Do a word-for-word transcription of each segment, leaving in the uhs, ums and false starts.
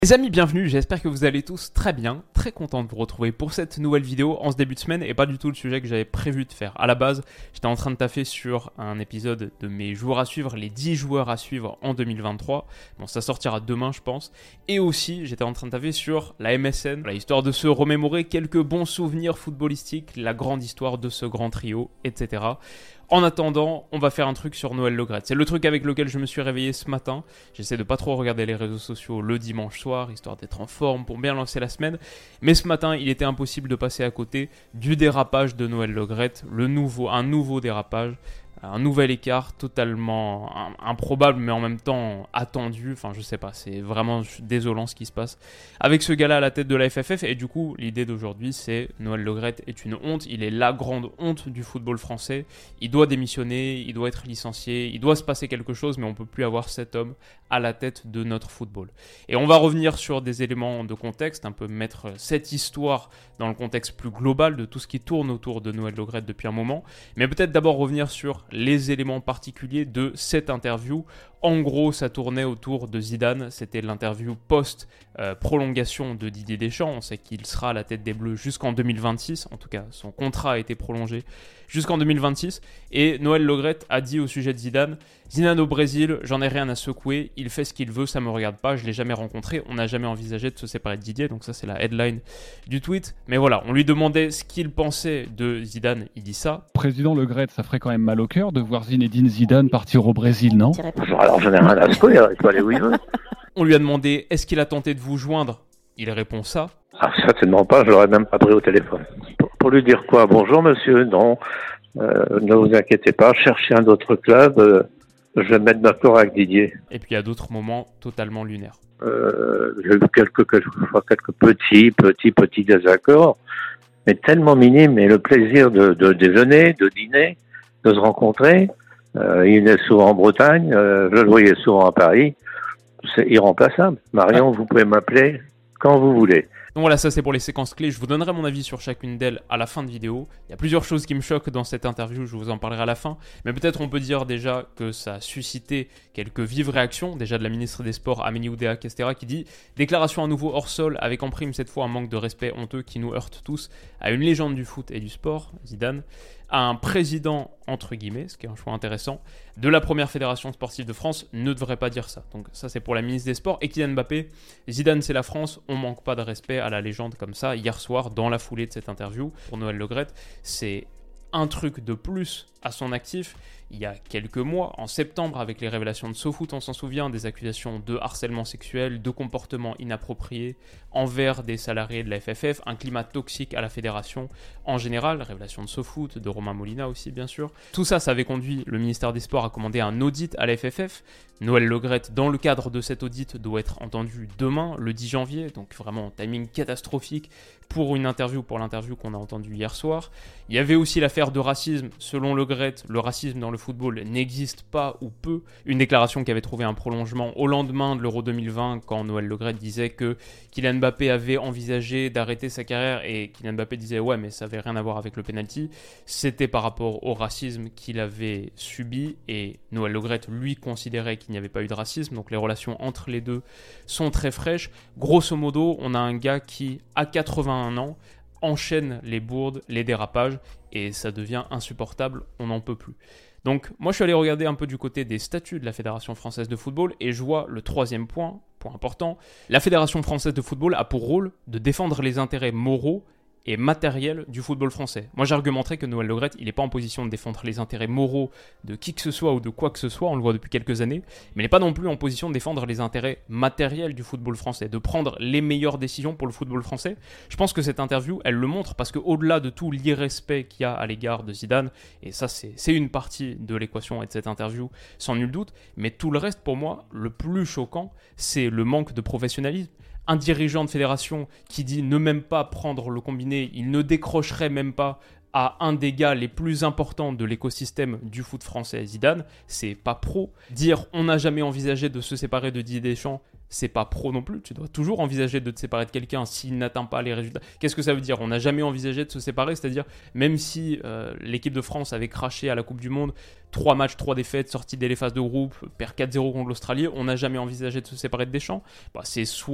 Les amis, bienvenue, j'espère que vous allez tous très bien, très content de vous retrouver pour cette nouvelle vidéo en ce début de semaine et pas du tout le sujet que j'avais prévu de faire. À la base, j'étais en train de taffer sur un épisode de mes joueurs à suivre, les dix joueurs à suivre en deux mille vingt-trois. Bon, ça sortira demain je pense. Et aussi, j'étais en train de taffer sur la M S N, voilà, histoire de se remémorer quelques bons souvenirs footballistiques, la grande histoire de ce grand trio, et cetera. En attendant, on va faire un truc sur Noël Le Graët. C'est le truc avec lequel je me suis réveillé ce matin. J'essaie de pas trop regarder les réseaux sociaux le dimanche soir, histoire d'être en forme pour bien lancer la semaine. Mais ce matin, il était impossible de passer à côté du dérapage de Noël Le Graët, le nouveau, un nouveau dérapage. Un nouvel écart totalement improbable, mais en même temps attendu. Enfin, je sais pas, c'est vraiment désolant ce qui se passe avec ce gars-là à la tête de la F F F. Et du coup, l'idée d'aujourd'hui, c'est Noël Le Graët est une honte. Il est la grande honte du football français. Il doit démissionner, il doit être licencié, il doit se passer quelque chose, mais on peut plus avoir cet homme à la tête de notre football. Et on va revenir sur des éléments de contexte, un peu mettre cette histoire dans le contexte plus global de tout ce qui tourne autour de Noël Le Graët depuis un moment. Mais peut-être d'abord revenir sur les éléments particuliers de cette interview. En gros, ça tournait autour de Zidane. C'était l'interview post-prolongation de Didier Deschamps. On sait qu'il sera à la tête des Bleus jusqu'en deux mille vingt-six. En tout cas, son contrat a été prolongé jusqu'en deux mille vingt-six. Et Noël Le Graët a dit au sujet de Zidane, Zidane au Brésil, j'en ai rien à secouer. Il fait ce qu'il veut, ça me regarde pas. Je l'ai jamais rencontré. On n'a jamais envisagé de se séparer de Didier. Donc ça, c'est la headline du tweet. Mais voilà, on lui demandait ce qu'il pensait de Zidane. Il dit ça. Président Le Graët, ça ferait quand même mal au cœur de voir Zinedine Zidane partir au Brésil, non? Alors j'en ai rien à secouer, il peut aller où il veut. On lui a demandé, est-ce qu'il a tenté de vous joindre? Il répond ça. Ah, certainement pas, je l'aurais même pas pris au téléphone. Pour, pour lui dire quoi? Bonjour monsieur, non, euh, ne vous inquiétez pas, cherchez un autre club, euh, je vais me mettre d'accord avec Didier. Et puis il y a d'autres moments totalement lunaires. Euh, j'ai eu quelques, quelques, quelques petits, petits, petits désaccords, mais tellement minimes, et le plaisir de, de déjeuner, de dîner, de se rencontrer. Euh, il est souvent en Bretagne, euh, je le voyais souvent à Paris. C'est irremplaçable. Marion, ah. Vous pouvez m'appeler quand vous voulez. Donc voilà, ça c'est pour les séquences clés. Je vous donnerai mon avis sur chacune d'elles à la fin de vidéo. Il y a plusieurs choses qui me choquent dans cette interview, je vous en parlerai à la fin. Mais peut-être on peut dire déjà que ça a suscité quelques vives réactions. Déjà de la ministre des Sports, Amélie Oudéa-Castéra, qui dit « Déclaration à nouveau hors sol, avec en prime cette fois un manque de respect honteux qui nous heurte tous à une légende du foot et du sport, Zidane, à un président, entre guillemets, ce qui est un choix intéressant, de la première fédération sportive de France, ne devrait pas dire ça. » Donc ça c'est pour la ministre des Sports. Et Kylian Mbappé, Zidane c'est la France, on manque pas de respect à la légende comme ça. Hier soir, dans la foulée de cette interview, pour Noël Le Graët, c'est un truc de plus à son actif. Il y a quelques mois, en septembre, avec les révélations de SoFoot, on s'en souvient, des accusations de harcèlement sexuel, de comportement inapproprié envers des salariés de la F F F, un climat toxique à la fédération en général, révélation de SoFoot, de Romain Molina aussi bien sûr. Tout ça, ça avait conduit le ministère des Sports à commander un audit à la F F F. Noël Le Graët, dans le cadre de cet audit, doit être entendu demain, le dix janvier, donc vraiment timing catastrophique pour une interview, pour l'interview qu'on a entendue hier soir. Il y avait aussi l'affaire de racisme. Selon Le Graët, le racisme dans le football n'existe pas ou peu. Une déclaration qui avait trouvé un prolongement au lendemain de l'Euro deux mille vingt, quand Noël Le Graët disait que Kylian Mbappé avait envisagé d'arrêter sa carrière et Kylian Mbappé disait « ouais, mais ça n'avait rien à voir avec le penalty ». C'était par rapport au racisme qu'il avait subi et Noël Le Graët, lui, considérait qu'il n'y avait pas eu de racisme. Donc les relations entre les deux sont très fraîches. Grosso modo, on a un gars qui, à quatre-vingt-un ans, enchaîne les bourdes, les dérapages et ça devient insupportable, on n'en peut plus. Donc moi je suis allé regarder un peu du côté des statuts de la Fédération Française de Football et je vois le troisième point, point important, la Fédération Française de Football a pour rôle de défendre les intérêts moraux et matériel du football français. Moi j'argumenterais que Noël Le Graët, il n'est pas en position de défendre les intérêts moraux de qui que ce soit ou de quoi que ce soit, on le voit depuis quelques années, mais il n'est pas non plus en position de défendre les intérêts matériels du football français, de prendre les meilleures décisions pour le football français. Je pense que cette interview, elle le montre, parce qu'au-delà de tout l'irrespect qu'il y a à l'égard de Zidane, et ça c'est, c'est une partie de l'équation et de cette interview, sans nul doute, mais tout le reste pour moi, le plus choquant, c'est le manque de professionnalisme. Un dirigeant de fédération qui dit ne même pas prendre le combiné, il ne décrocherait même pas à un des gars les plus importants de l'écosystème du foot français, Zidane, c'est pas pro. Dire on n'a jamais envisagé de se séparer de Didier Deschamps, c'est pas pro non plus. Tu dois toujours envisager de te séparer de quelqu'un s'il n'atteint pas les résultats. Qu'est-ce que ça veut dire? On n'a jamais envisagé de se séparer, c'est-à-dire même si euh, l'équipe de France avait craché à la Coupe du Monde, trois matchs, trois défaites, sortie dès les phases de groupe, perd quatre zéro contre l'Australie, on n'a jamais envisagé de se séparer de Deschamps. Bah, c'est soit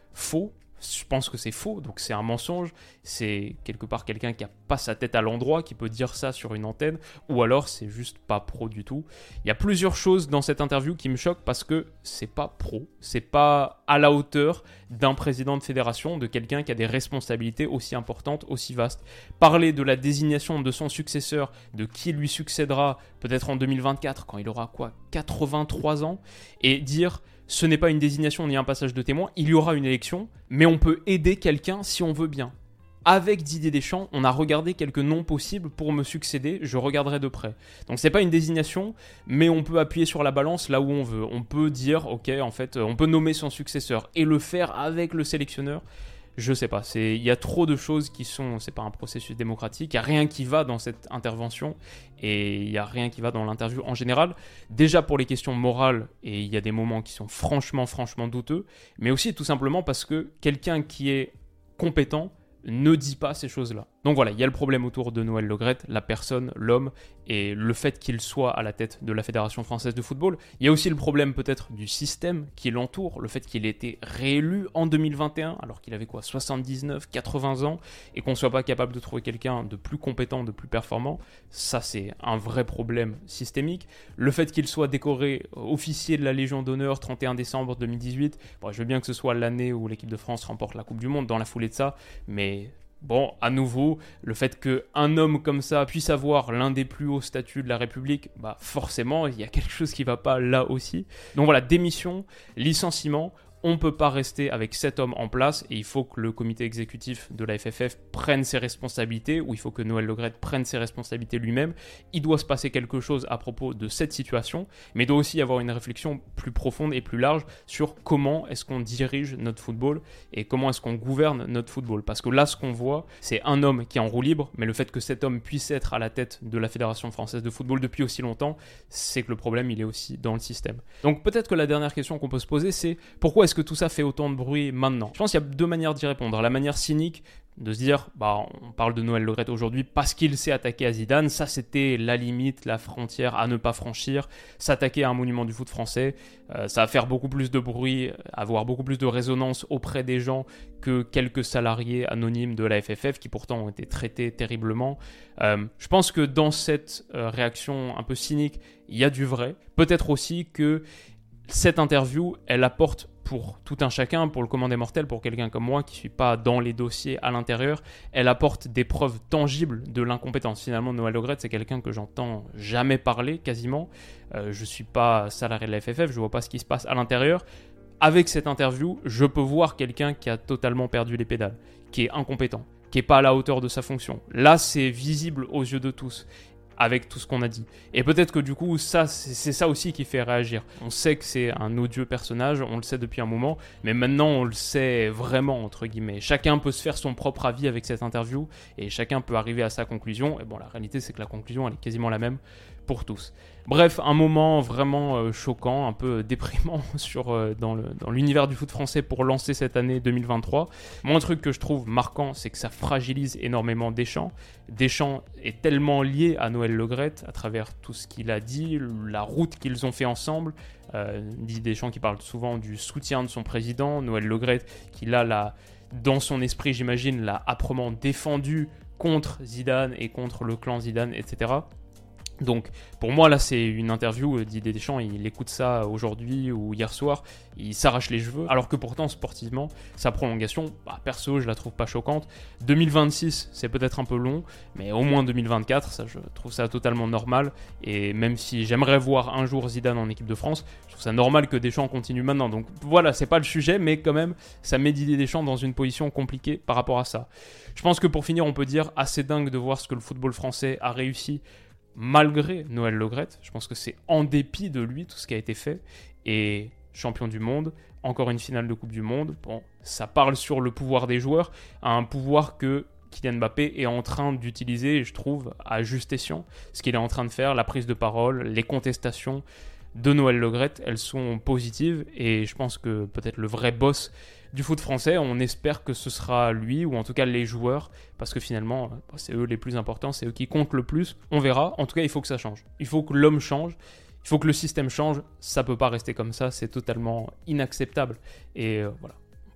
faux. Je pense que c'est faux, donc c'est un mensonge. C'est quelque part quelqu'un qui n'a pas sa tête à l'endroit, qui peut dire ça sur une antenne, ou alors c'est juste pas pro du tout. Il y a plusieurs choses dans cette interview qui me choquent parce que c'est pas pro, c'est pas à la hauteur d'un président de fédération, de quelqu'un qui a des responsabilités aussi importantes, aussi vastes. Parler de la désignation de son successeur, de qui lui succédera peut-être en deux mille vingt-quatre, quand il aura quoi, quatre-vingt-trois ans, et dire... Ce n'est pas une désignation ni un passage de témoin, il y aura une élection, mais on peut aider quelqu'un si on veut bien. Avec Didier Deschamps, on a regardé quelques noms possibles pour me succéder, je regarderai de près. Donc c'est pas une désignation, mais on peut appuyer sur la balance là où on veut. On peut dire, ok, en fait, on peut nommer son successeur et le faire avec le sélectionneur. Je sais pas, c'est, il y a trop de choses qui sont, c'est pas un processus démocratique, il n'y a rien qui va dans cette intervention et il n'y a rien qui va dans l'interview en général. Déjà pour les questions morales, et il y a des moments qui sont franchement, franchement douteux, mais aussi tout simplement parce que quelqu'un qui est compétent ne dit pas ces choses-là. Donc voilà, il y a le problème autour de Noël Le Graët, la personne, l'homme, et le fait qu'il soit à la tête de la Fédération française de football. Il y a aussi le problème peut-être du système qui l'entoure, le fait qu'il ait été réélu en deux mille vingt et un, alors qu'il avait quoi, soixante-dix-neuf, quatre-vingts ans, et qu'on ne soit pas capable de trouver quelqu'un de plus compétent, de plus performant, ça c'est un vrai problème systémique. Le fait qu'il soit décoré officier de la Légion d'honneur trente et un décembre deux mille dix-huit, bon, je veux bien que ce soit l'année où l'équipe de France remporte la Coupe du Monde dans la foulée de ça, mais... Bon, à nouveau, le fait qu'un homme comme ça puisse avoir l'un des plus hauts statuts de la République, bah forcément, il y a quelque chose qui ne va pas là aussi. Donc voilà, démission, licenciement, on ne peut pas rester avec sept hommes en place et il faut que le comité exécutif de la F F F prenne ses responsabilités, ou il faut que Noël Le Graët prenne ses responsabilités lui-même. Il doit se passer quelque chose à propos de cette situation, mais il doit aussi y avoir une réflexion plus profonde et plus large sur comment est-ce qu'on dirige notre football et comment est-ce qu'on gouverne notre football. Parce que là, ce qu'on voit, c'est un homme qui est en roue libre, mais le fait que cet homme puisse être à la tête de la Fédération française de football depuis aussi longtemps, c'est que le problème, il est aussi dans le système. Donc peut-être que la dernière question qu'on peut se poser, c'est pourquoi est-ce que tout ça fait autant de bruit maintenant ? Je pense qu'il y a deux manières d'y répondre. La manière cynique, de se dire, bah, on parle de Noël Le Graët aujourd'hui parce qu'il s'est attaqué à Zidane, ça c'était la limite, la frontière à ne pas franchir, s'attaquer à un monument du foot français, euh, ça va faire beaucoup plus de bruit, avoir beaucoup plus de résonance auprès des gens que quelques salariés anonymes de la F F F qui pourtant ont été traités terriblement. Euh, je pense que dans cette euh, réaction un peu cynique, il y a du vrai. Peut-être aussi que cette interview, elle apporte pour tout un chacun, pour le commun des mortels, pour quelqu'un comme moi qui ne suis pas dans les dossiers à l'intérieur, elle apporte des preuves tangibles de l'incompétence. Finalement, Noël Le Graët, c'est quelqu'un que j'entends jamais parler, quasiment. Euh, je ne suis pas salarié de la F F F, je ne vois pas ce qui se passe à l'intérieur. Avec cette interview, je peux voir quelqu'un qui a totalement perdu les pédales, qui est incompétent, qui n'est pas à la hauteur de sa fonction. Là, c'est visible aux yeux de tous, avec tout ce qu'on a dit. Et peut-être que du coup, ça, c'est, c'est ça aussi qui fait réagir. On sait que c'est un odieux personnage, on le sait depuis un moment, mais maintenant on le sait vraiment, entre guillemets. Chacun peut se faire son propre avis avec cette interview, et chacun peut arriver à sa conclusion. Et bon, la réalité, c'est que la conclusion, elle est quasiment la même pour tous. Bref, un moment vraiment euh, choquant, un peu déprimant sur, euh, dans, le, dans l'univers du foot français pour lancer cette année deux mille vingt-trois. Moi, un truc que je trouve marquant, c'est que ça fragilise énormément Deschamps. Deschamps est tellement lié à Noël Le Graët à travers tout ce qu'il a dit, la route qu'ils ont fait ensemble. Euh, Didier Deschamps qui parle souvent du soutien de son président, Noël Le Graët qui là, là, dans son esprit, j'imagine, l'a âprement défendu contre Zidane et contre le clan Zidane, et cetera. Donc pour moi là c'est une interview, Didier Deschamps il écoute ça aujourd'hui ou hier soir, il s'arrache les cheveux, alors que pourtant sportivement sa prolongation, bah, perso je la trouve pas choquante. deux mille vingt-six c'est peut-être un peu long, mais au moins deux mille vingt-quatre ça, je trouve ça totalement normal, et même si j'aimerais voir un jour Zidane en équipe de France, je trouve ça normal que Deschamps continue maintenant. Donc voilà, c'est pas le sujet, mais quand même ça met Didier Deschamps dans une position compliquée par rapport à ça. Je pense que pour finir on peut dire assez dingue de voir ce que le football français a réussi malgré Noël Le Graët. Je pense que c'est en dépit de lui tout ce qui a été fait, et champion du monde, encore une finale de Coupe du Monde, bon, ça parle sur le pouvoir des joueurs, un pouvoir que Kylian Mbappé est en train d'utiliser, je trouve, à juste escient. Ce qu'il est en train de faire, la prise de parole, les contestations de Noël Le Graët, elles sont positives, et je pense que peut-être le vrai boss du foot français, on espère que ce sera lui, ou en tout cas les joueurs, parce que finalement, c'est eux les plus importants, c'est eux qui comptent le plus. On verra. En tout cas, il faut que ça change. Il faut que l'homme change. Il faut que le système change. Ça peut pas rester comme ça. C'est totalement inacceptable. Et euh, voilà.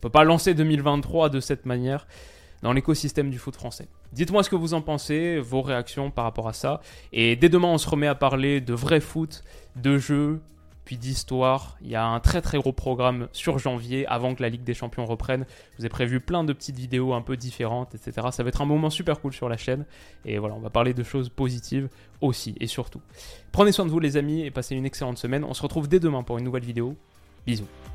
peut pas lancer deux mille vingt-trois de cette manière dans l'écosystème du foot français. Dites-moi ce que vous en pensez, vos réactions par rapport à ça. Et dès demain, on se remet à parler de vrai foot, de jeux, puis d'histoire. Il y a un très très gros programme sur janvier avant que la Ligue des Champions reprenne. Je vous ai prévu plein de petites vidéos un peu différentes, et cetera. Ça va être un moment super cool sur la chaîne. Et voilà, on va parler de choses positives aussi et surtout. Prenez soin de vous les amis et passez une excellente semaine. On se retrouve dès demain pour une nouvelle vidéo. Bisous.